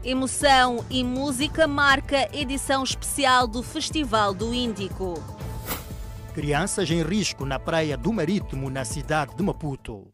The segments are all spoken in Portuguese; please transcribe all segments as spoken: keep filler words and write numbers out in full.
Emoção e música marca edição especial do Festival do Índico. Crianças em risco na Praia do Marítimo, na cidade de Maputo.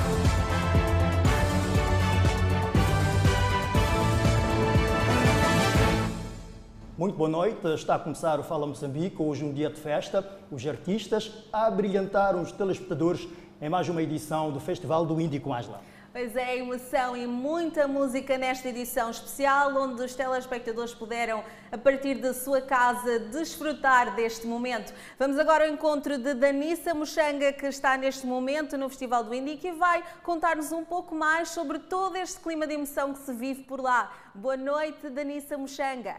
Muito boa noite, está a começar o Fala Moçambique, hoje um dia de festa. Os artistas abrilhantaram os telespectadores em mais uma edição do Festival do Índico, Ângela. Pois é, emoção e muita música nesta edição especial, onde os telespectadores puderam, a partir da sua casa, desfrutar deste momento. Vamos agora ao encontro de Danissa Muxanga, que está neste momento no Festival do Índico e vai contar-nos um pouco mais sobre todo este clima de emoção que se vive por lá. Boa noite, Danissa Muxanga.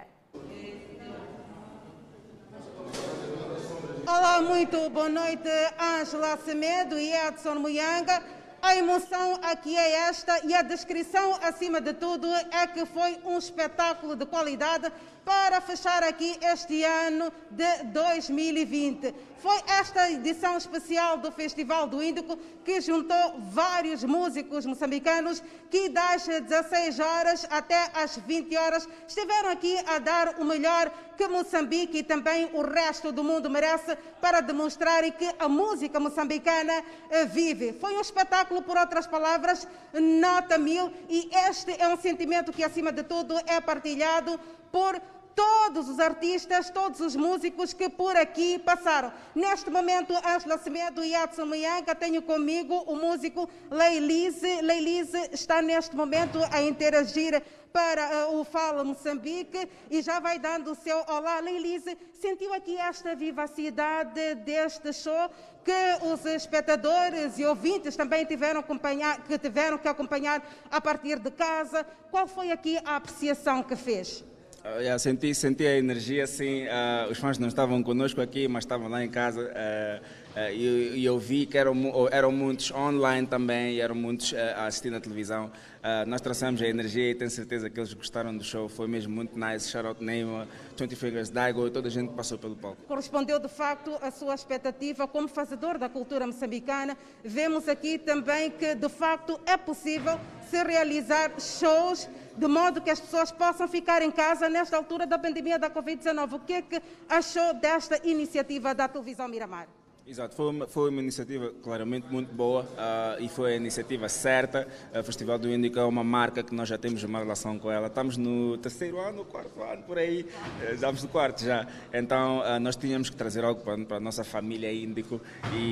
Olá, muito boa noite, Ângela Semedo e Edson Muyanga. A emoção aqui é esta e a descrição, acima de tudo, é que foi um espetáculo de qualidade para fechar aqui este ano de dois mil e vinte. Foi esta edição especial do Festival do Índico que juntou vários músicos moçambicanos que das dezesseis horas até às vinte horas estiveram aqui a dar o melhor que Moçambique e também o resto do mundo merece para demonstrar que a música moçambicana vive. Foi um espetáculo, por outras palavras, nota mil, e este é um sentimento que, acima de tudo, é partilhado por todos os artistas, todos os músicos que por aqui passaram. Neste momento, Ângela Semedo e Edson Muyanga, tenho comigo o músico Leilise. Leilise está neste momento a interagir para uh, o Fala Moçambique e já vai dando o seu olá. Leilise, sentiu aqui esta vivacidade deste show que os espectadores e ouvintes também tiveram, acompanhar, que tiveram que acompanhar a partir de casa? Qual foi aqui a apreciação que fez? Uh, yeah, senti, senti a energia, sim. Uh, os fãs não estavam conosco aqui, mas estavam lá em casa. Uh, uh, e eu vi que eram, eram muitos online também, e eram muitos uh, a assistir na televisão. Uh, nós trouxemos a energia e tenho certeza que eles gostaram do show. Foi mesmo muito nice. Shout out Neymar, twenty Fingers, Daigo e toda a gente que passou pelo palco. Correspondeu de facto à sua expectativa como fazedor da cultura moçambicana. Vemos aqui também que de facto é possível se realizar shows de modo que as pessoas possam ficar em casa nesta altura da pandemia da Covid dezenove. O que é que achou desta iniciativa da televisão Miramar? Exato, foi uma, foi uma iniciativa claramente muito boa uh, e foi a iniciativa certa. O Festival do Índico é uma marca que nós já temos uma relação com ela. Estamos no terceiro ano, quarto ano, por aí, uh, estamos no quarto já. Então uh, nós tínhamos que trazer algo para, para a nossa família Índico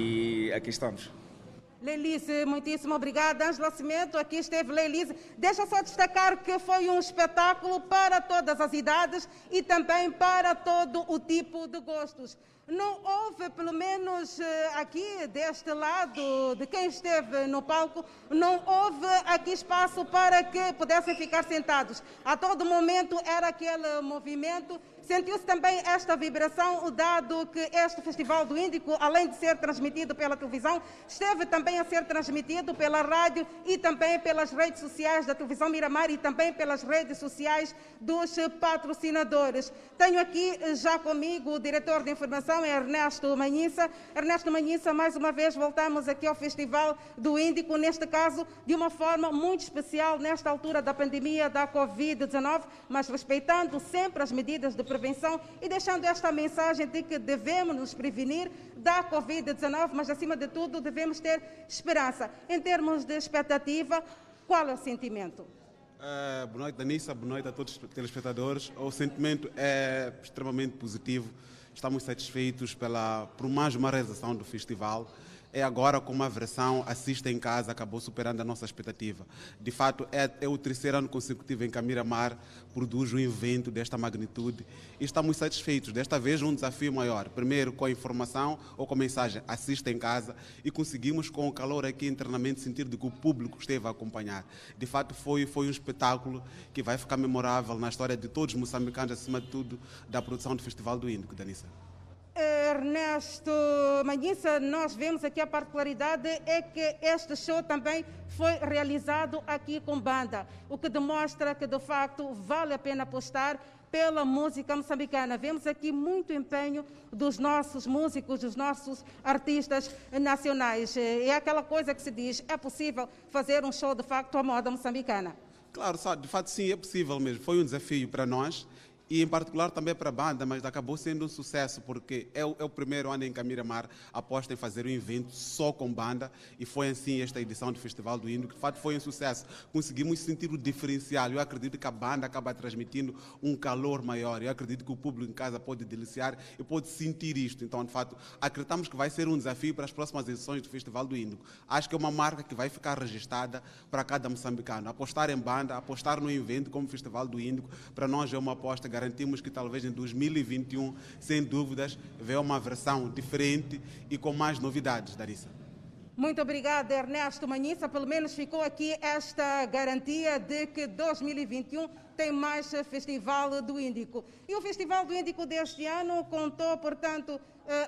e aqui estamos. Leilise, muitíssimo obrigada. Ângela Cimento, aqui esteve Leilise. Deixa só destacar que foi um espetáculo para todas as idades e também para todo o tipo de gostos. Não houve, pelo menos aqui deste lado, de quem esteve no palco, não houve aqui espaço para que pudessem ficar sentados. A todo momento era aquele movimento. Sentiu-se também esta vibração, dado que este Festival do Índico, além de ser transmitido pela televisão, esteve também a ser transmitido pela rádio e também pelas redes sociais da televisão Miramar e também pelas redes sociais dos patrocinadores. Tenho aqui já comigo o diretor de informação, Ernesto Manhissa. Ernesto Manhissa, mais uma vez voltamos aqui ao Festival do Índico, neste caso de uma forma muito especial, nesta altura da pandemia da Covid dezenove, mas respeitando sempre as medidas de prevenção e deixando esta mensagem de que devemos nos prevenir da Covid dezenove, mas acima de tudo devemos ter esperança. Em termos de expectativa, qual é o sentimento? Uh, boa noite, Danissa, boa noite a todos os telespectadores. O sentimento é extremamente positivo. Estamos satisfeitos pela, por mais uma realização do festival. É agora com uma versão Assista em Casa, acabou superando a nossa expectativa. De fato, é, é o terceiro ano consecutivo em que a Miramar produz um evento desta magnitude e estamos satisfeitos. Desta vez um desafio maior, primeiro com a informação ou com a mensagem Assista em Casa, e conseguimos com o calor aqui internamente sentir de que o público esteve a acompanhar. De fato foi, foi um espetáculo que vai ficar memorável na história de todos os moçambicanos, acima de tudo da produção do Festival do Índico, Danissa. Ernesto Manhissa, nós vemos aqui a particularidade é que este show também foi realizado aqui com banda, o que demonstra que de facto vale a pena apostar pela música moçambicana. Vemos aqui muito empenho dos nossos músicos, dos nossos artistas nacionais. É aquela coisa que se diz, é possível fazer um show de facto à moda moçambicana? Claro, só, de fato sim, é possível mesmo. Foi um desafio para nós e em particular também para a banda, mas acabou sendo um sucesso porque é o, é o primeiro ano em que a Miramar aposta em fazer um evento só com banda e foi assim esta edição do Festival do Índico, que de fato foi um sucesso. Conseguimos sentir o diferencial. Eu acredito que a banda acaba transmitindo um calor maior. Eu acredito que o público em casa pode deliciar e pode sentir isto. Então, de fato, acreditamos que vai ser um desafio para as próximas edições do Festival do Índico. Acho que é uma marca que vai ficar registrada para cada moçambicano. Apostar em banda, apostar no evento como o Festival do Índico, para nós é uma aposta. Garantimos que talvez em dois mil e vinte e um, sem dúvidas, venha uma versão diferente e com mais novidades, Darissa. Muito obrigada, Ernesto Manhissa. Pelo menos ficou aqui esta garantia de que dois mil e vinte e um tem mais Festival do Índico. E o Festival do Índico deste ano contou, portanto,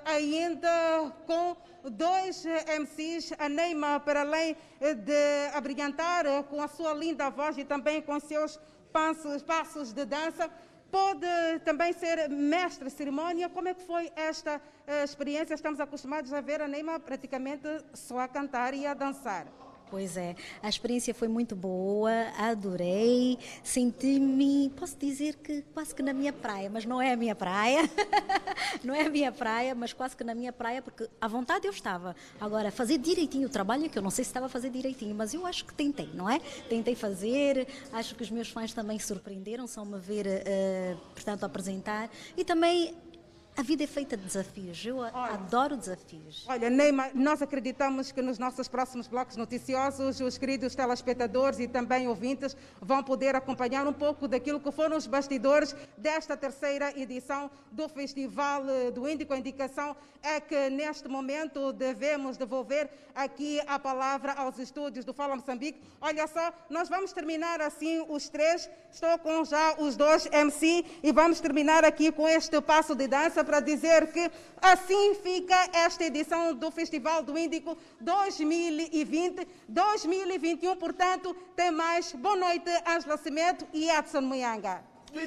ainda com dois M Cs, a Neima, para além de abrilhantar com a sua linda voz e também com seus passos, passos de dança, pode também ser mestre de cerimónia. Como é que foi esta uh, experiência? Estamos acostumados a ver a Neima praticamente só a cantar e a dançar. Pois é, a experiência foi muito boa, adorei, senti-me, posso dizer que quase que na minha praia, mas não é a minha praia, não é a minha praia, mas quase que na minha praia, porque à vontade eu estava. Agora, fazer direitinho o trabalho, que eu não sei se estava a fazer direitinho, mas eu acho que tentei, não é? Tentei fazer, acho que os meus fãs também se surpreenderam, só me ver, uh, portanto, apresentar, e também... A vida é feita de desafios, eu olha, adoro desafios. Olha, Neima, nós acreditamos que nos nossos próximos blocos noticiosos, os queridos telespectadores e também ouvintes vão poder acompanhar um pouco daquilo que foram os bastidores desta terceira edição do Festival do Índico. A indicação é que neste momento devemos devolver aqui a palavra aos estúdios do Fala Moçambique. Olha só, nós vamos terminar assim os três, estou com já os dois M C e vamos terminar aqui com este passo de dança para dizer que assim fica esta edição do Festival do Índico dois mil e vinte. dois mil e vinte e um, portanto, tem mais. Boa noite, Ângela Cimedo e Edson Muyanga.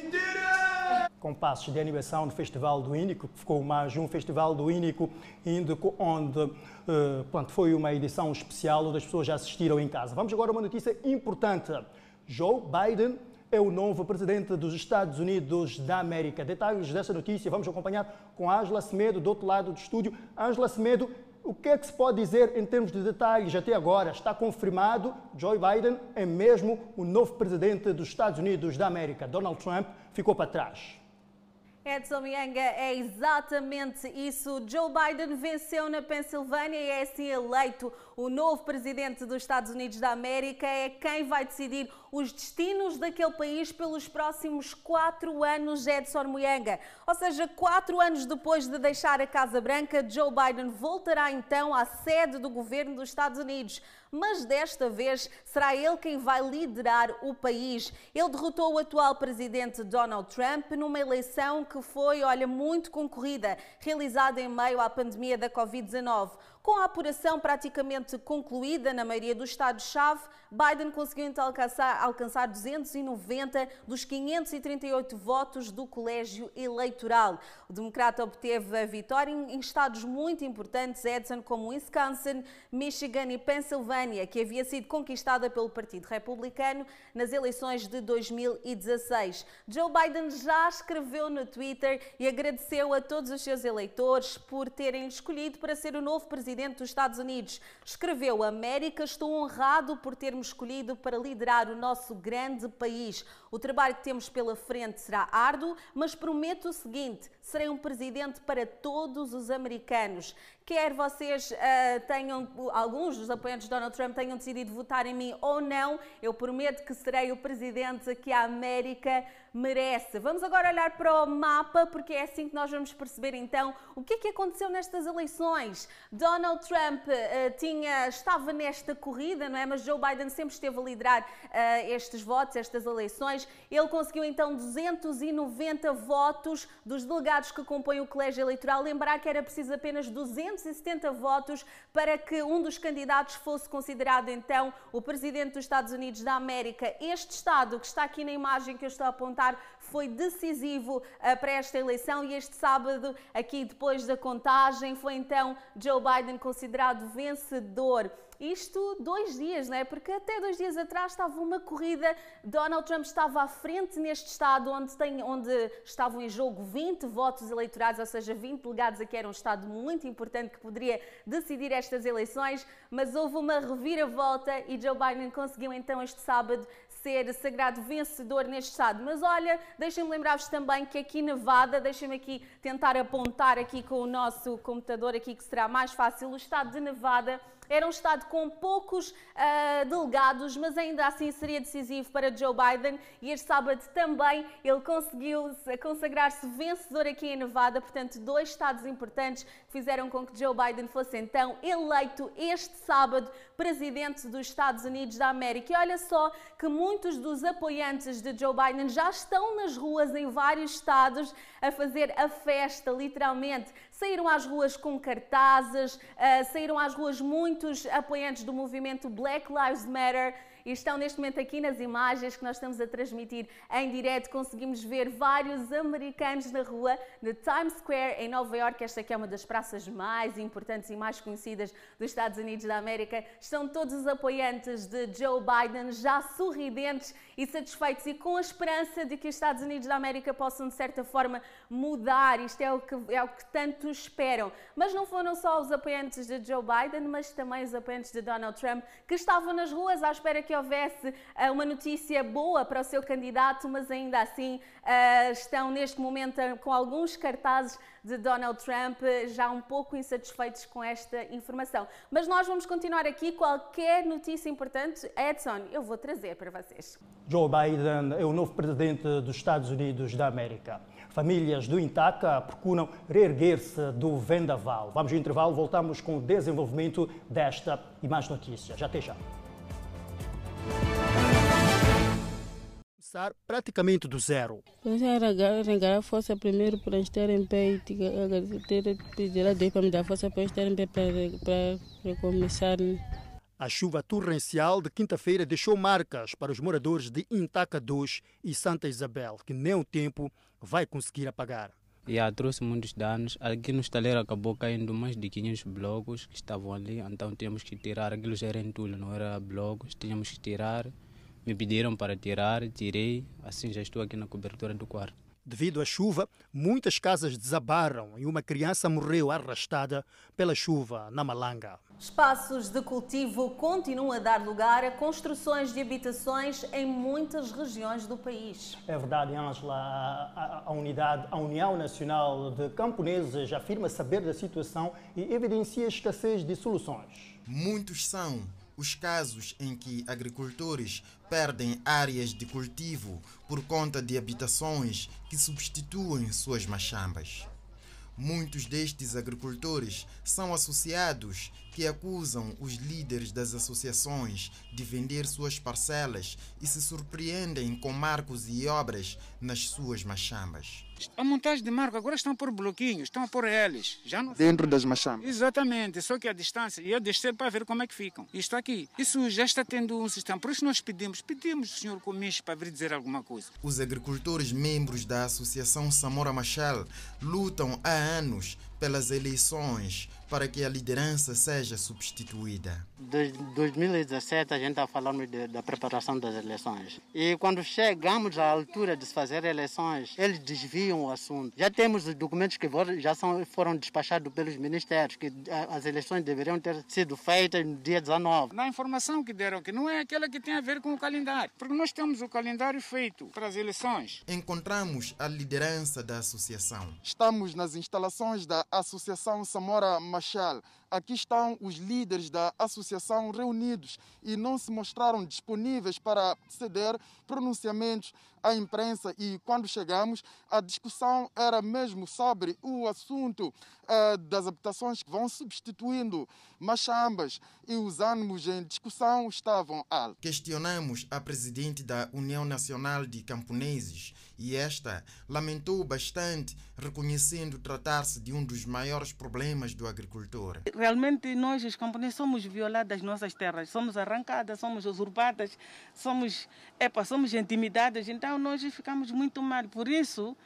Com passos de animação do Festival do Índico, que ficou mais um Festival do Índico, Índico onde uh, pronto, foi uma edição especial onde as pessoas já assistiram em casa. Vamos agora a uma notícia importante. Joe Biden é o novo presidente dos Estados Unidos da América. Detalhes dessa notícia vamos acompanhar com a Ângela Cimedo, do outro lado do estúdio. Ângela Cimedo, o que é que se pode dizer em termos de detalhes até agora? Está confirmado, Joe Biden é mesmo o novo presidente dos Estados Unidos da América. Donald Trump ficou para trás. Edson Muyanga, é exatamente isso. Joe Biden venceu na Pensilvânia e é assim eleito o novo presidente dos Estados Unidos da América. É quem vai decidir os destinos daquele país pelos próximos quatro anos, Edson Muyanga. Ou seja, quatro anos depois de deixar a Casa Branca, Joe Biden voltará então à sede do governo dos Estados Unidos. Mas desta vez será ele quem vai liderar o país. Ele derrotou o atual presidente Donald Trump numa eleição que foi, olha, muito concorrida, realizada em meio à pandemia da Covid dezanove. Com a apuração praticamente concluída na maioria dos estados-chave, Biden conseguiu então alcançar, alcançar duzentos e noventa dos quinhentos e trinta e oito votos do colégio eleitoral. O democrata obteve a vitória em estados muito importantes, Edson, como Wisconsin, Michigan e Pensilvânia, que havia sido conquistada pelo Partido Republicano nas eleições de dois mil e dezasseis. Joe Biden já escreveu no Twitter e agradeceu a todos os seus eleitores por terem escolhido para ser o novo presidente dos Estados Unidos. Escreveu: América, estou honrado por termos escolhido para liderar o nosso grande país. O trabalho que temos pela frente será árduo, mas prometo o seguinte: serei um presidente para todos os americanos. Quer vocês uh, tenham, alguns dos apoiantes de Donald Trump tenham decidido votar em mim ou não, eu prometo que serei o presidente que a América merece. Vamos agora olhar para o mapa, porque é assim que nós vamos perceber então o que é que aconteceu nestas eleições. Donald Trump uh, tinha, estava nesta corrida, não é? Mas Joe Biden sempre esteve a liderar uh, estes votos, estas eleições. Ele conseguiu então duzentos e noventa votos dos delegados que compõem o colégio eleitoral. Lembrar que era preciso apenas duzentos e setenta votos para que um dos candidatos fosse considerado então o presidente dos Estados Unidos da América. Este estado que está aqui na imagem que eu estou a apontar foi decisivo uh, para esta eleição e este sábado, aqui depois da contagem, foi então Joe Biden considerado vencedor. Isto dois dias, não é? Porque até dois dias atrás estava uma corrida, Donald Trump estava à frente neste estado onde, tem, onde estavam em jogo vinte votos eleitorais, ou seja, vinte delegados aqui, era um estado muito importante que poderia decidir estas eleições, mas houve uma reviravolta e Joe Biden conseguiu então este sábado ser sagrado vencedor neste estado. Mas olha, deixem-me lembrar-vos também que aqui Nevada, deixem-me aqui tentar apontar aqui com o nosso computador aqui que será mais fácil, o estado de Nevada era um estado com poucos uh, delegados, mas ainda assim seria decisivo para Joe Biden e este sábado também ele conseguiu consagrar-se vencedor aqui em Nevada, portanto dois estados importantes que fizeram com que Joe Biden fosse então eleito este sábado presidente dos Estados Unidos da América. E olha só que muitos dos apoiantes de Joe Biden já estão nas ruas em vários estados a fazer a festa, literalmente. Saíram às ruas com cartazes, uh, saíram às ruas muitos apoiantes do movimento Black Lives Matter e estão neste momento aqui nas imagens que nós estamos a transmitir em direto. Conseguimos ver vários americanos na rua de Times Square em Nova Iorque. Esta aqui é uma das praças mais importantes e mais conhecidas dos Estados Unidos da América. Estão todos os apoiantes de Joe Biden já sorridentes e satisfeitos e com a esperança de que os Estados Unidos da América possam de certa forma mudar. Isto é o que, é o que tanto esperam. Mas não foram só os apoiantes de Joe Biden, mas também os apoiantes de Donald Trump que estavam nas ruas à espera que houvesse uh, uma notícia boa para o seu candidato, mas ainda assim uh, estão neste momento uh, com alguns cartazes de Donald Trump uh, já um pouco insatisfeitos com esta informação. Mas nós vamos continuar aqui. Qualquer notícia importante, Edson, eu vou trazer para vocês. Joe Biden é o novo presidente dos Estados Unidos da América. Famílias do Intaca procuram reerguer-se do vendaval. Vamos ao intervalo, voltamos com o desenvolvimento desta e mais notícias. Até já. Começar praticamente do zero. Eu força primeiro para estar em pé e pedir a Deus para me dar força para estar em pé para recomeçar. A chuva torrencial de quinta-feira deixou marcas para os moradores de Intaca dois e Santa Isabel, que nem o tempo vai conseguir apagar. Já trouxe muitos danos. Aqui no estaleiro acabou caindo mais de quinhentos blocos que estavam ali, então tínhamos que tirar. Aquilo já era entulho, não era blocos, tínhamos que tirar. Me pediram para tirar, tirei, assim já estou aqui na cobertura do quarto. Devido à chuva, muitas casas desabaram e uma criança morreu arrastada pela chuva na Malanga. Espaços de cultivo continuam a dar lugar a construções de habitações em muitas regiões do país. É verdade, Ângela. A, a, unidade, a União Nacional de Camponeses afirma saber da situação e evidencia a escassez de soluções. Muitos são os casos em que agricultores perdem áreas de cultivo por conta de habitações que substituem suas machambas. Muitos destes agricultores são associados que acusam os líderes das associações de vender suas parcelas e se surpreendem com marcos e obras nas suas machambas. A montagem de marco agora estão a pôr bloquinhos, estão a pôr eles. Já não... Dentro das machambas? Exatamente, só que a distância, ia descer para ver como é que ficam. Isto aqui, isso já está tendo um sistema, por isso nós pedimos, pedimos o senhor Comiche para vir dizer alguma coisa. Os agricultores membros da Associação Samora Machel lutam há anos pelas eleições para que a liderança seja substituída. Desde dois mil e dezessete a gente está falando de, da preparação das eleições. E quando chegamos à altura de se fazer eleições, eles desviam o assunto. Já temos os documentos que já são, foram despachados pelos ministérios, que as eleições deveriam ter sido feitas no dia dezenove. Na informação que deram, que não é aquela que tem a ver com o calendário, porque nós temos o calendário feito para as eleições. Encontramos a liderança da associação. Estamos nas instalações da Associação Samora Machel. Aqui estão os líderes da associação reunidos e não se mostraram disponíveis para ceder pronunciamentos à imprensa. E quando chegamos, a discussão era mesmo sobre o assunto uh, das habitações que vão substituindo machambas e os ânimos em discussão estavam altos. Questionamos a presidente da União Nacional de Camponeses e esta lamentou bastante, reconhecendo tratar-se de um dos maiores problemas do agricultor. Realmente nós, os camponeses, somos violadas as nossas terras, somos arrancadas, somos usurpadas, somos, epa, somos intimidadas, então nós ficamos muito mal. Por isso,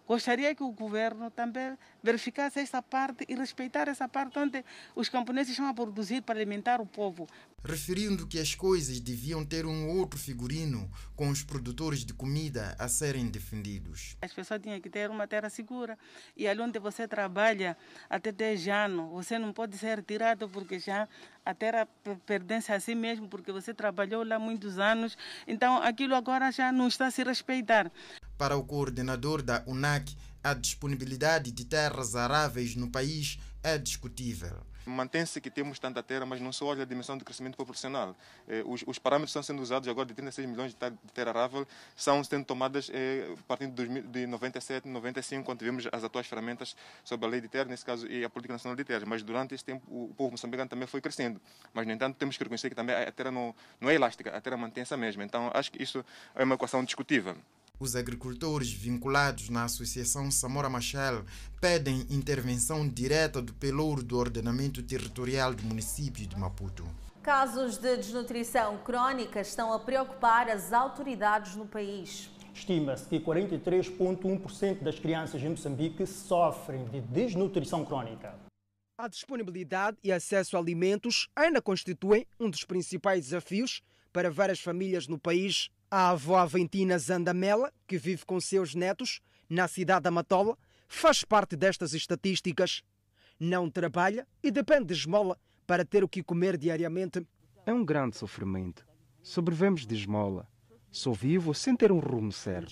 Gostaria que o governo também verificasse essa parte e respeitar essa parte onde os camponeses estão a produzir para alimentar o povo. Referindo que as coisas deviam ter um outro figurino com os produtores de comida a serem defendidos. As pessoas tinham que ter uma terra segura e ali onde você trabalha até dez anos, você não pode ser retirado porque já a terra pertence a si mesmo, porque você trabalhou lá muitos anos, então aquilo agora já não está a se respeitar. Para o coordenador da U N A C, a disponibilidade de terras aráveis no país é discutível. Mantém-se que temos tanta terra, mas não se olha a dimensão de crescimento proporcional. Eh, os, os parâmetros estão sendo usados agora de trinta e seis milhões de, de terra arável, são sendo tomadas eh, a partir de, de noventa e sete, noventa e cinco, quando tivemos as atuais ferramentas sobre a lei de terra, nesse caso, e a Política Nacional de Terras. Mas durante esse tempo o povo moçambicano também foi crescendo. Mas, no entanto, temos que reconhecer que também a terra não, não é elástica, a terra mantém-se a mesma. Então, acho que isso é uma equação discutível. Os agricultores vinculados na Associação Samora Machel pedem intervenção direta do Pelouro do ordenamento territorial do município de Maputo. Casos de desnutrição crónica estão a preocupar as autoridades no país. Estima-se que quarenta e três vírgula um por cento das crianças em Moçambique sofrem de desnutrição crónica. A disponibilidade e acesso a alimentos ainda constituem um dos principais desafios para várias famílias no país. A avó Aventina Zandamela, que vive com seus netos na cidade da Matola, faz parte destas estatísticas. Não trabalha e depende de esmola para ter o que comer diariamente. É um grande sofrimento. Sobrevivemos de esmola. Sou vivo sem ter um rumo certo.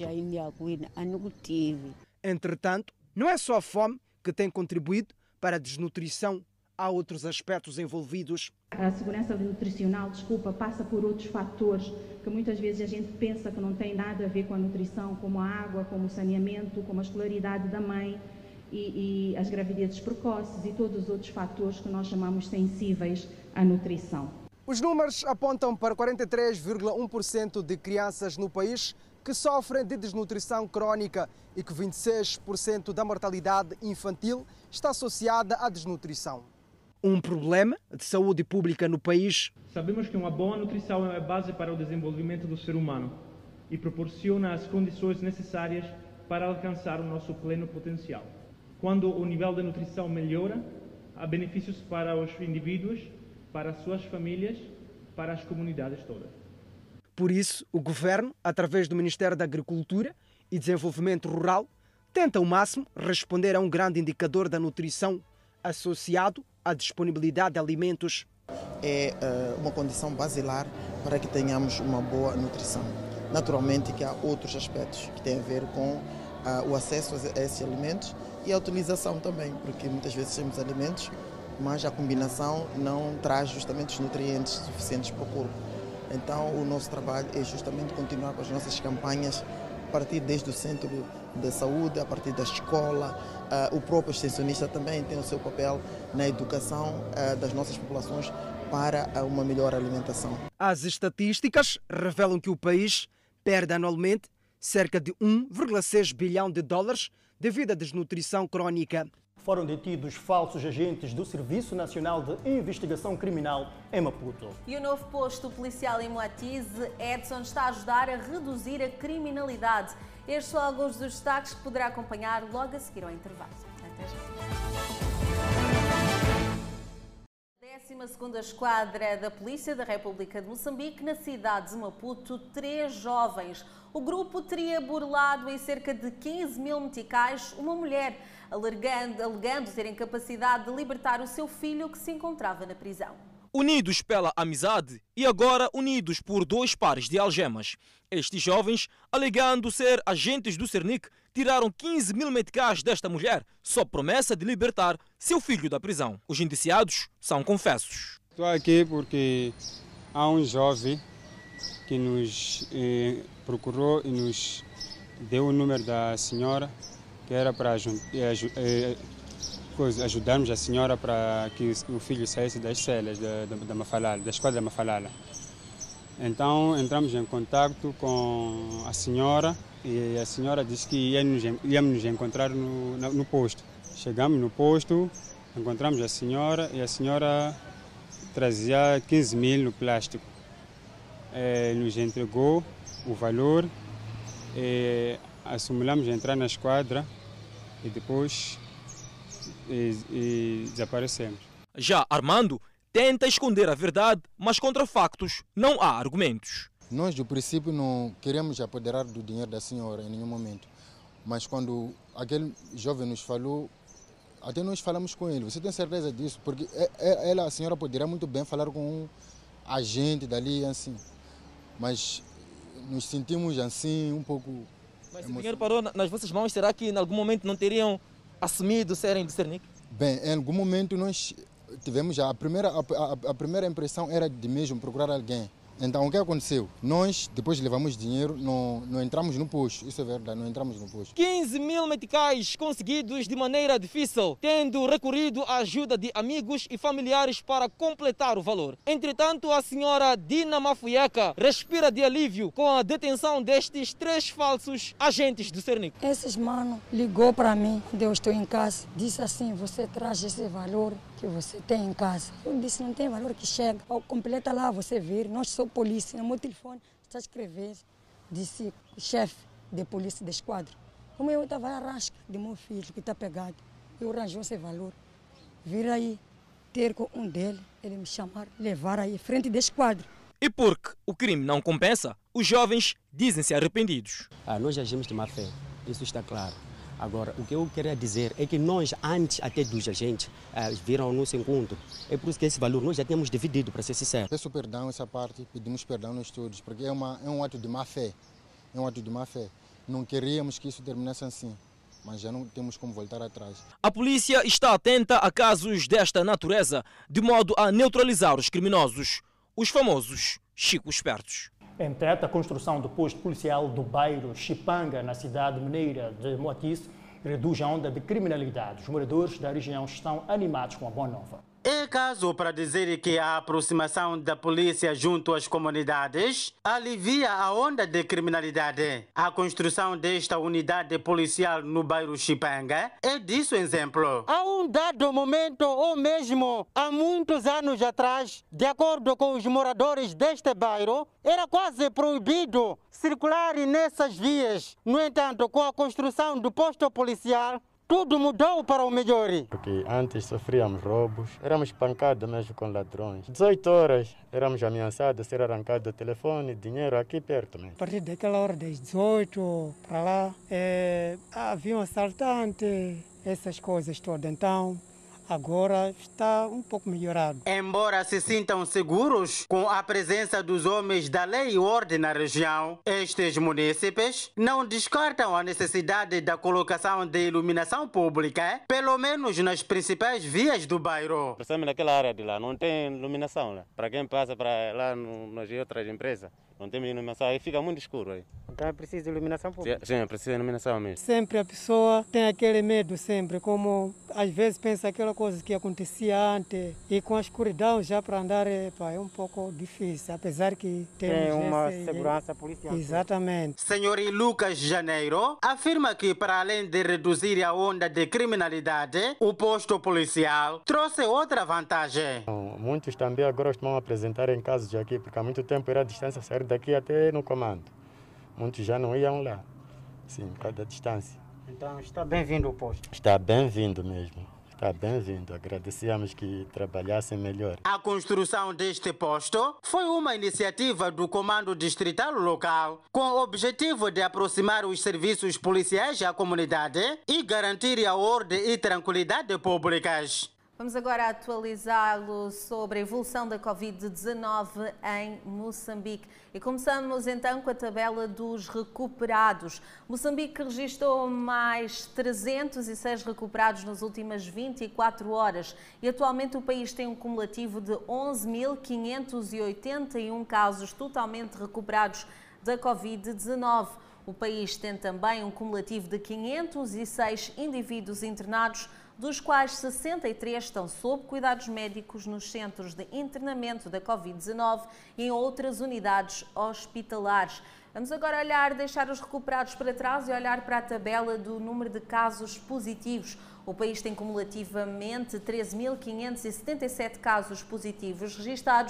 Entretanto, não é só a fome que tem contribuído para a desnutrição. Há outros aspectos envolvidos. A segurança nutricional, desculpa, passa por outros fatores que muitas vezes a gente pensa que não tem nada a ver com a nutrição, como a água, como o saneamento, como a escolaridade da mãe e, e as gravidezes precoces e todos os outros fatores que nós chamamos sensíveis à nutrição. Os números apontam para quarenta e três vírgula um por cento de crianças no país que sofrem de desnutrição crónica e que vinte e seis por cento da mortalidade infantil está associada à desnutrição. Um problema de saúde pública no país. Sabemos que uma boa nutrição é a base para o desenvolvimento do ser humano e proporciona as condições necessárias para alcançar o nosso pleno potencial. Quando o nível de nutrição melhora, há benefícios para os indivíduos, para as suas famílias, para as comunidades todas. Por isso, o governo, através do Ministério da Agricultura e Desenvolvimento Rural, tenta ao máximo responder a um grande indicador da nutrição associado à disponibilidade de alimentos. É uh, uma condição basilar para que tenhamos uma boa nutrição. Naturalmente que há outros aspectos que têm a ver com uh, o acesso a esses alimentos e a utilização também, porque muitas vezes temos alimentos, mas a combinação não traz justamente os nutrientes suficientes para o corpo. Então o nosso trabalho é justamente continuar com as nossas campanhas a partir desde o centro de saúde, a partir da escola. Uh, o próprio extensionista também tem o seu papel na educação uh, das nossas populações para uh, uma melhor alimentação. As estatísticas revelam que o país perde anualmente cerca de um vírgula seis bilhão de dólares devido à desnutrição crónica. Foram detidos falsos agentes do Serviço Nacional de Investigação Criminal em Maputo. E o novo posto policial em Moatize, Edson, está a ajudar a reduzir a criminalidade. Estes são alguns dos destaques que poderá acompanhar logo a seguir ao intervalo. Até já. décima segunda Esquadra da Polícia da República de Moçambique, na cidade de Maputo, três jovens. O grupo teria burlado em cerca de quinze mil meticais uma mulher, alegando, alegando ter incapacidade de libertar o seu filho que se encontrava na prisão. Unidos pela amizade e agora unidos por dois pares de algemas. Estes jovens, alegando ser agentes do Cernic, tiraram quinze mil meticais desta mulher, sob promessa de libertar seu filho da prisão. Os indiciados são confessos. Estou aqui porque há um jovem que nos eh, procurou e nos deu o número da senhora, que era para eh, ajudarmos a senhora para que o filho saísse das celas da, da, da Mafalala, da escola da Mafalala. Então entramos em contato com a senhora e a senhora disse que íamos, íamos nos encontrar no, no posto. Chegamos no posto, encontramos a senhora e a senhora trazia quinze mil no plástico. É, nos entregou o valor, é, assimilamos a entrar na esquadra e depois e, e desaparecemos. Já Armando tenta esconder a verdade, mas contra factos não há argumentos. Nós, do princípio, não queremos apoderar do dinheiro da senhora em nenhum momento. Mas quando aquele jovem nos falou, até nós falamos com ele. Você tem certeza disso? Porque ela, a senhora poderia muito bem falar com um agente dali, assim. Mas nos sentimos assim, um pouco... Mas se o dinheiro parou nas vossas mãos, será que em algum momento não teriam assumido serem do Cernic? Bem, em algum momento nós tivemos já... A primeira, a, a, a primeira impressão era de mesmo procurar alguém. Então, o que aconteceu? Nós, depois de levarmos dinheiro, não, não entramos no posto. Isso é verdade, não entramos no posto. quinze mil meticais conseguidos de maneira difícil, tendo recorrido à ajuda de amigos e familiares para completar o valor. Entretanto, a senhora Dina Mafueca respira de alívio com a detenção destes três falsos agentes do Cernic. Esses mano ligou para mim quando eu estou em casa. Disse assim, você traz esse valor que você tem em casa. Eu disse, não tem valor que chega. Ao completa lá, você vir. Nós somos polícia. No meu telefone está a escrever. Disse, chefe de polícia de esquadra. Como eu estava à rasca de meu filho que está pegado. Eu arranjou esse valor. Vir aí, ter com um dele, ele me chamar, levar aí, frente da esquadra. E porque o crime não compensa, os jovens dizem-se arrependidos. Ah, nós agimos de má fé, isso está claro. Agora, o que eu queria dizer é que nós, antes até dos agentes, uh, viram o nosso encontro. É por isso que esse valor nós já tínhamos dividido, para ser sincero. Peço perdão essa parte, pedimos perdão nós todos, porque é, uma, é um ato de má fé. É um ato de má fé. Não queríamos que isso terminasse assim, mas já não temos como voltar atrás. A polícia está atenta a casos desta natureza, de modo a neutralizar os criminosos, os famosos Chico Espertos. Entretanto, a construção do posto policial do bairro Chipanga, na cidade mineira de Moatize, reduz a onda de criminalidade. Os moradores da região estão animados com a boa nova. É caso para dizer que a aproximação da polícia junto às comunidades alivia a onda de criminalidade. A construção desta unidade policial no bairro Chipanga é disso exemplo. Há um dado momento, ou mesmo há muitos anos atrás, de acordo com os moradores deste bairro, era quase proibido circular nessas vias. No entanto, com a construção do posto policial, tudo mudou para o melhor. Porque antes sofríamos roubos, éramos pancados mesmo com ladrões. dezoito horas éramos ameaçados de ser arrancado o telefone, dinheiro aqui perto mesmo. A partir daquela hora das dezoito para lá, é, havia um assaltante, essas coisas todas. Então, agora está um pouco melhorado. Embora se sintam seguros com a presença dos homens da lei e ordem na região, estes munícipes não descartam a necessidade da colocação de iluminação pública, pelo menos nas principais vias do bairro. Principalmente naquela área de lá, não tem iluminação lá. Para quem passa para lá no, nas outras empresas, não tem iluminação, aí fica muito escuro aí. Então é preciso iluminação pública? Sim, é preciso iluminação mesmo. Sempre a pessoa tem aquele medo, sempre, como às vezes pensa aquela coisa que acontecia antes, e com a escuridão já para andar é, pá, é um pouco difícil, apesar que temos tem uma esse, segurança policial. Exatamente. Senhor Lucas Janeiro afirma que, para além de reduzir a onda de criminalidade, o posto policial trouxe outra vantagem. Muitos também agora estão a apresentar em casos de aqui, porque há muito tempo era a distância sair daqui até no comando. Muitos já não iam lá, sim, por causa da distância. Então está bem-vindo o posto? Está bem-vindo mesmo. Está bem-vindo. Agradecíamos que trabalhassem melhor. A construção deste posto foi uma iniciativa do Comando Distrital Local com o objetivo de aproximar os serviços policiais à comunidade e garantir a ordem e tranquilidade públicas. Vamos agora atualizá-lo sobre a evolução da Covid dezenove em Moçambique. E começamos então com a tabela dos recuperados. Moçambique registrou mais trezentos e seis recuperados nas últimas vinte e quatro horas e atualmente o país tem um cumulativo de onze mil quinhentos e oitenta e um casos totalmente recuperados da Covid dezenove. O país tem também um cumulativo de quinhentos e seis indivíduos internados, dos quais sessenta e três estão sob cuidados médicos nos centros de internamento da Covid dezenove e em outras unidades hospitalares. Vamos agora olhar, deixar os recuperados para trás e olhar para a tabela do número de casos positivos. O país tem cumulativamente treze mil quinhentos e setenta e sete casos positivos registados,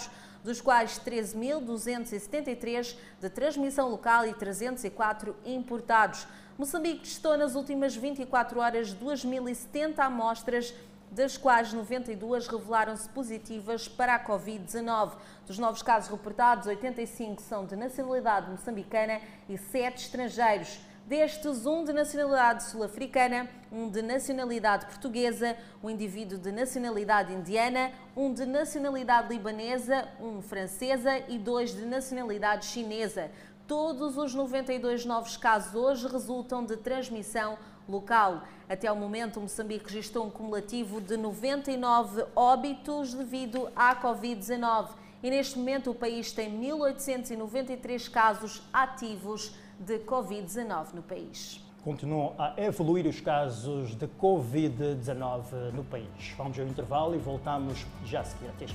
dos quais treze mil duzentos e setenta e três de transmissão local e trezentos e quatro importados. Moçambique testou nas últimas vinte e quatro horas duas mil e setenta amostras, das quais noventa e duas revelaram-se positivas para a Covid dezenove. Dos novos casos reportados, oitenta e cinco são de nacionalidade moçambicana e sete estrangeiros. Destes, um de nacionalidade sul-africana, um de nacionalidade portuguesa, um indivíduo de nacionalidade indiana, um de nacionalidade libanesa, um francesa e dois de nacionalidade chinesa. Todos os noventa e dois novos casos hoje resultam de transmissão local. Até ao momento, Moçambique registrou um cumulativo de noventa e nove óbitos devido à Covid dezenove e neste momento o país tem mil oitocentos e noventa e três casos ativos de Covid dezenove no país. Continuam a evoluir os casos de Covid dezenove no país. Vamos ao intervalo e voltamos já a seguir. Até já.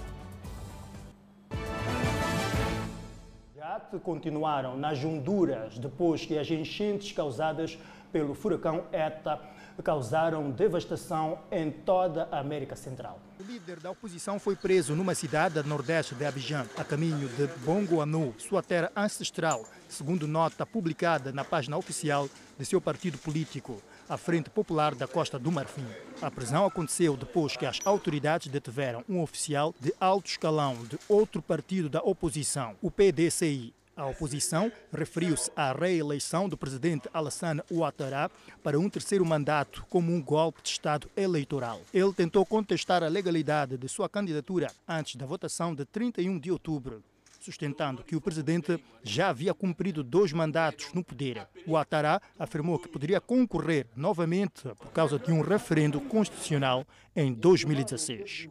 Continuaram nas Honduras depois que as enchentes causadas pelo furacão ETA causaram devastação em toda a América Central. O líder da oposição foi preso numa cidade a nordeste de Abidjan, a caminho de Bongoanu, sua terra ancestral, segundo nota publicada na página oficial de seu partido político, a Frente Popular da Costa do Marfim. A prisão aconteceu depois que as autoridades detiveram um oficial de alto escalão de outro partido da oposição, o P D C I. A oposição referiu-se à reeleição do presidente Alassane Ouattara para um terceiro mandato como um golpe de Estado eleitoral. Ele tentou contestar a legalidade de sua candidatura antes da votação de trinta e um de outubro, sustentando que o presidente já havia cumprido dois mandatos no poder. Ouattara afirmou que poderia concorrer novamente por causa de um referendo constitucional em dois mil e dezesseis.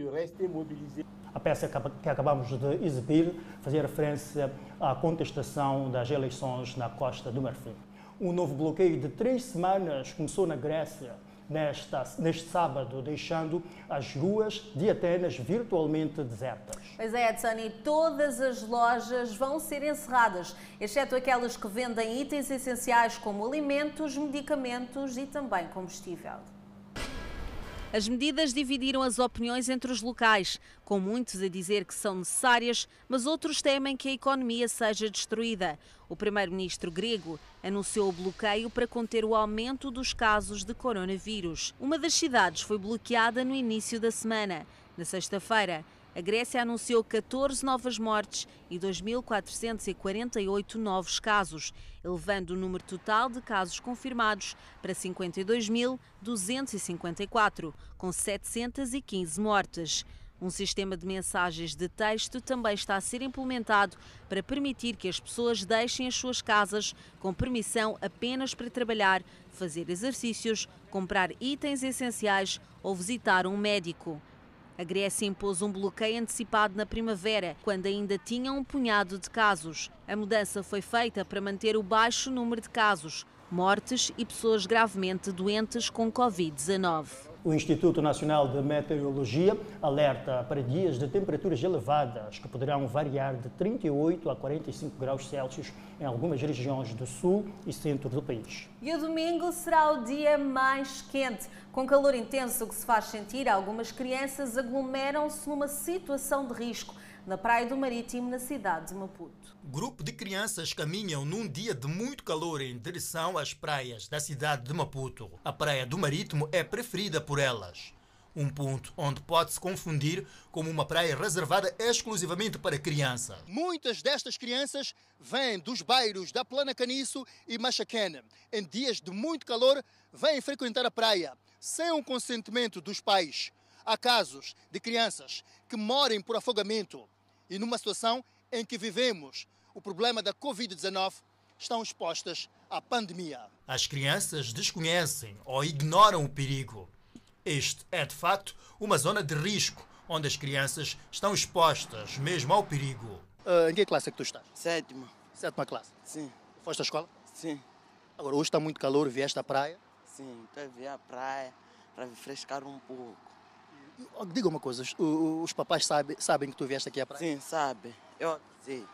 A peça que acabamos de exibir fazia referência à contestação das eleições na Costa do Marfim. Um novo bloqueio de três semanas começou na Grécia nesta, neste sábado, deixando as ruas de Atenas virtualmente desertas. Pois é, Edson, e todas as lojas vão ser encerradas, exceto aquelas que vendem itens essenciais como alimentos, medicamentos e também combustível. As medidas dividiram as opiniões entre os locais, com muitos a dizer que são necessárias, mas outros temem que a economia seja destruída. O primeiro-ministro grego anunciou o bloqueio para conter o aumento dos casos de coronavírus. Uma das cidades foi bloqueada no início da semana. Na sexta-feira, a Grécia anunciou catorze novas mortes e dois mil quatrocentos e quarenta e oito novos casos, elevando o número total de casos confirmados para cinquenta e dois mil duzentos e cinquenta e quatro, com setecentas e quinze mortes. Um sistema de mensagens de texto também está a ser implementado para permitir que as pessoas deixem as suas casas com permissão apenas para trabalhar, fazer exercícios, comprar itens essenciais ou visitar um médico. A Grécia impôs um bloqueio antecipado na primavera, quando ainda tinha um punhado de casos. A mudança foi feita para manter o baixo número de casos, mortes e pessoas gravemente doentes com Covid dezenove. O Instituto Nacional de Meteorologia alerta para dias de temperaturas elevadas que poderão variar de trinta e oito a quarenta e cinco graus Celsius em algumas regiões do sul e centro do país. E o domingo será o dia mais quente. Com calor intenso que se faz sentir, algumas crianças aglomeram-se numa situação de risco na Praia do Marítimo, na cidade de Maputo. Grupo de crianças caminham num dia de muito calor em direção às praias da cidade de Maputo. A Praia do Marítimo é preferida por elas. Um ponto onde pode-se confundir como uma praia reservada exclusivamente para crianças. Muitas destas crianças vêm dos bairros da Plana Caniço e Machaquene. Em dias de muito calor, vêm frequentar a praia sem o consentimento dos pais. Há casos de crianças que morrem por afogamento e numa situação em que vivemos o problema da Covid dezenove, estão expostas à pandemia. As crianças desconhecem ou ignoram o perigo. Este é, de facto, uma zona de risco, onde as crianças estão expostas mesmo ao perigo. Uh, em que classe é que tu estás? Sétima. Sétima classe? Sim. Foste à escola? Sim. Agora, hoje está muito calor, vieste à praia? Sim, para vir à praia, para refrescar um pouco. Diga uma coisa, os, os papais sabem, sabem que tu vieste aqui à praia? Sim, sabem. Eu avisei.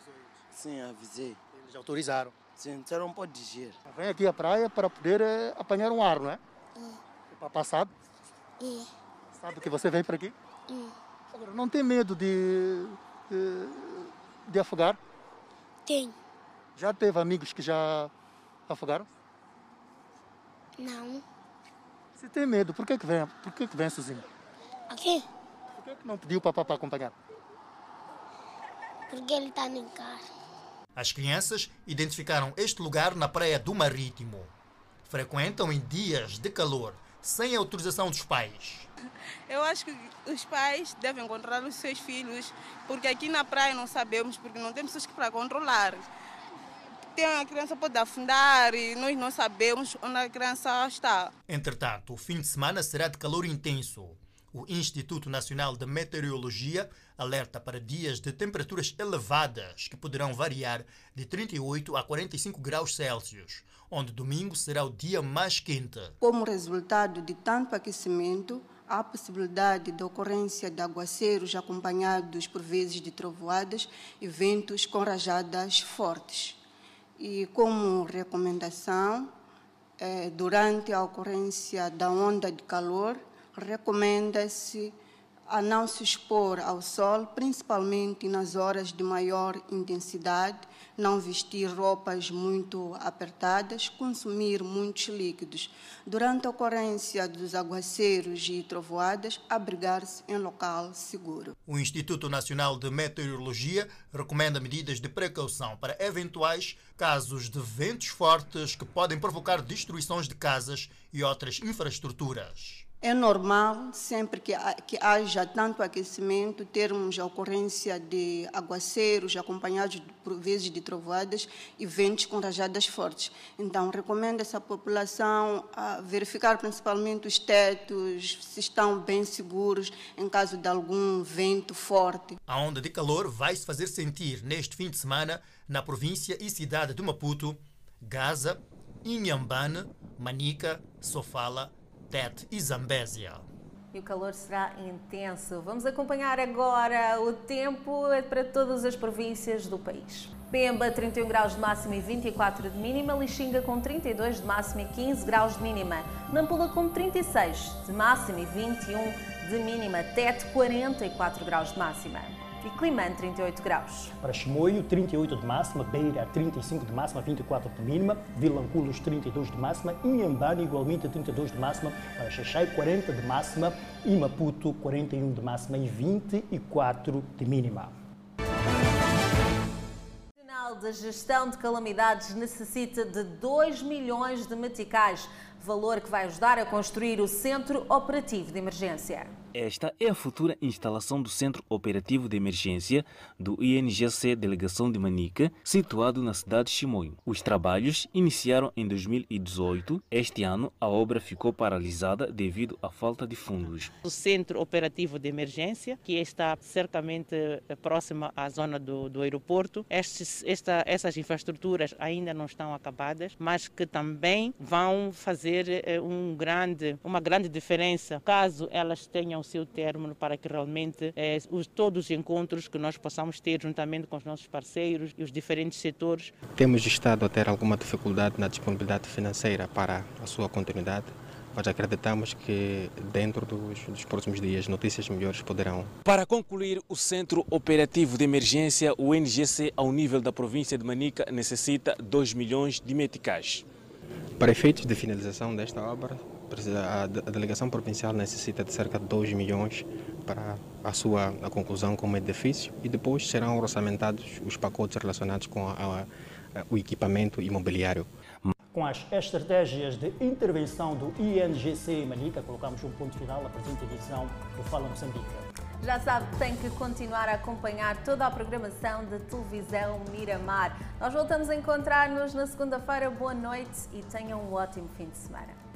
Sim, avisei. Eles autorizaram? Sim, você não pode ir. Vem aqui à praia para poder é, apanhar um ar, não é? É. O papai sabe? É. Sabe que você vem para aqui? É. Agora, não tem medo de de afogar? Tenho. Já teve amigos que já afogaram? Não. Você tem medo, por que que vem, por que que vem sozinho? Aqui? Por que que não pediu o papá para acompanhar? Porque ele está no carro. As crianças identificaram este lugar na Praia do Marítimo. Frequentam em dias de calor, sem autorização dos pais. Eu acho que os pais devem controlar os seus filhos, porque aqui na praia não sabemos, porque não temos pessoas para controlar. Tem a criança pode afundar e nós não sabemos onde a criança está. Entretanto, o fim de semana será de calor intenso. O Instituto Nacional de Meteorologia alerta para dias de temperaturas elevadas que poderão variar de trinta e oito a quarenta e cinco graus Celsius, onde domingo será o dia mais quente. Como resultado de tanto aquecimento, há possibilidade de ocorrência de aguaceiros acompanhados por vezes de trovoadas e ventos com rajadas fortes. E como recomendação, eh, durante a ocorrência da onda de calor, recomenda-se a não se expor ao sol, principalmente nas horas de maior intensidade, não vestir roupas muito apertadas, consumir muitos líquidos. Durante a ocorrência dos aguaceiros e trovoadas, abrigar-se em local seguro. O Instituto Nacional de Meteorologia recomenda medidas de precaução para eventuais casos de ventos fortes que podem provocar destruições de casas e outras infraestruturas. É normal, sempre que, que haja tanto aquecimento, termos a ocorrência de aguaceiros acompanhados por vezes de trovoadas e ventos com rajadas fortes. Então, recomendo essa população a verificar principalmente os tetos, se estão bem seguros em caso de algum vento forte. A onda de calor vai se fazer sentir neste fim de semana na província e cidade de Maputo, Gaza, Inhambane, Manica, Sofala, Tete e Zambésia. E o calor será intenso. Vamos acompanhar agora o tempo para todas as províncias do país. Pemba, trinta e um graus de máxima e vinte e quatro de mínima. Lixinga com trinta e dois de máxima e quinze graus de mínima. Nampula com trinta e seis de máxima e vinte e um de mínima. Tete, quarenta e quatro graus de máxima. E Climane, trinta e oito graus. Para Chimoio, trinta e oito de máxima, Beira, trinta e cinco de máxima, vinte e quatro de mínima, Vilanculos, trinta e dois de máxima, Inhambane, igualmente trinta e dois de máxima, para Xaixai, quarenta de máxima e Maputo, quarenta e um de máxima e vinte e quatro de mínima. O Nacional de Gestão de Calamidades necessita de dois milhões de meticais, valor que vai ajudar a construir o Centro Operativo de Emergência. Esta é a futura instalação do Centro Operativo de Emergência do I N G C Delegação de Manica, situado na cidade de Chimoio. Os trabalhos iniciaram em dois mil e dezoito. Este ano, a obra ficou paralisada devido à falta de fundos. O Centro Operativo de Emergência, que está certamente próxima à zona do, do aeroporto, Estes, esta, essas infraestruturas ainda não estão acabadas, mas que também vão fazer um grande, uma grande diferença caso elas tenham o seu término, para que realmente eh, os, todos os encontros que nós possamos ter juntamente com os nossos parceiros e os diferentes setores. Temos estado a ter alguma dificuldade na disponibilidade financeira para a sua continuidade, mas acreditamos que dentro dos, dos próximos dias notícias melhores poderão. Para concluir o Centro Operativo de Emergência, o I N G C, ao nível da província de Manica, necessita dois milhões de meticais. Para efeitos de finalização desta obra, a delegação provincial necessita de cerca de dois milhões para a sua a conclusão como edifício, e depois serão orçamentados os pacotes relacionados com a, a, o equipamento imobiliário. Com as estratégias de intervenção do I N G C Manica, colocamos um ponto final à presente edição do Fala Moçambique. Já sabe que tem que continuar a acompanhar toda a programação da televisão Miramar. Nós voltamos a encontrar-nos na segunda-feira. Boa noite e tenham um ótimo fim de semana.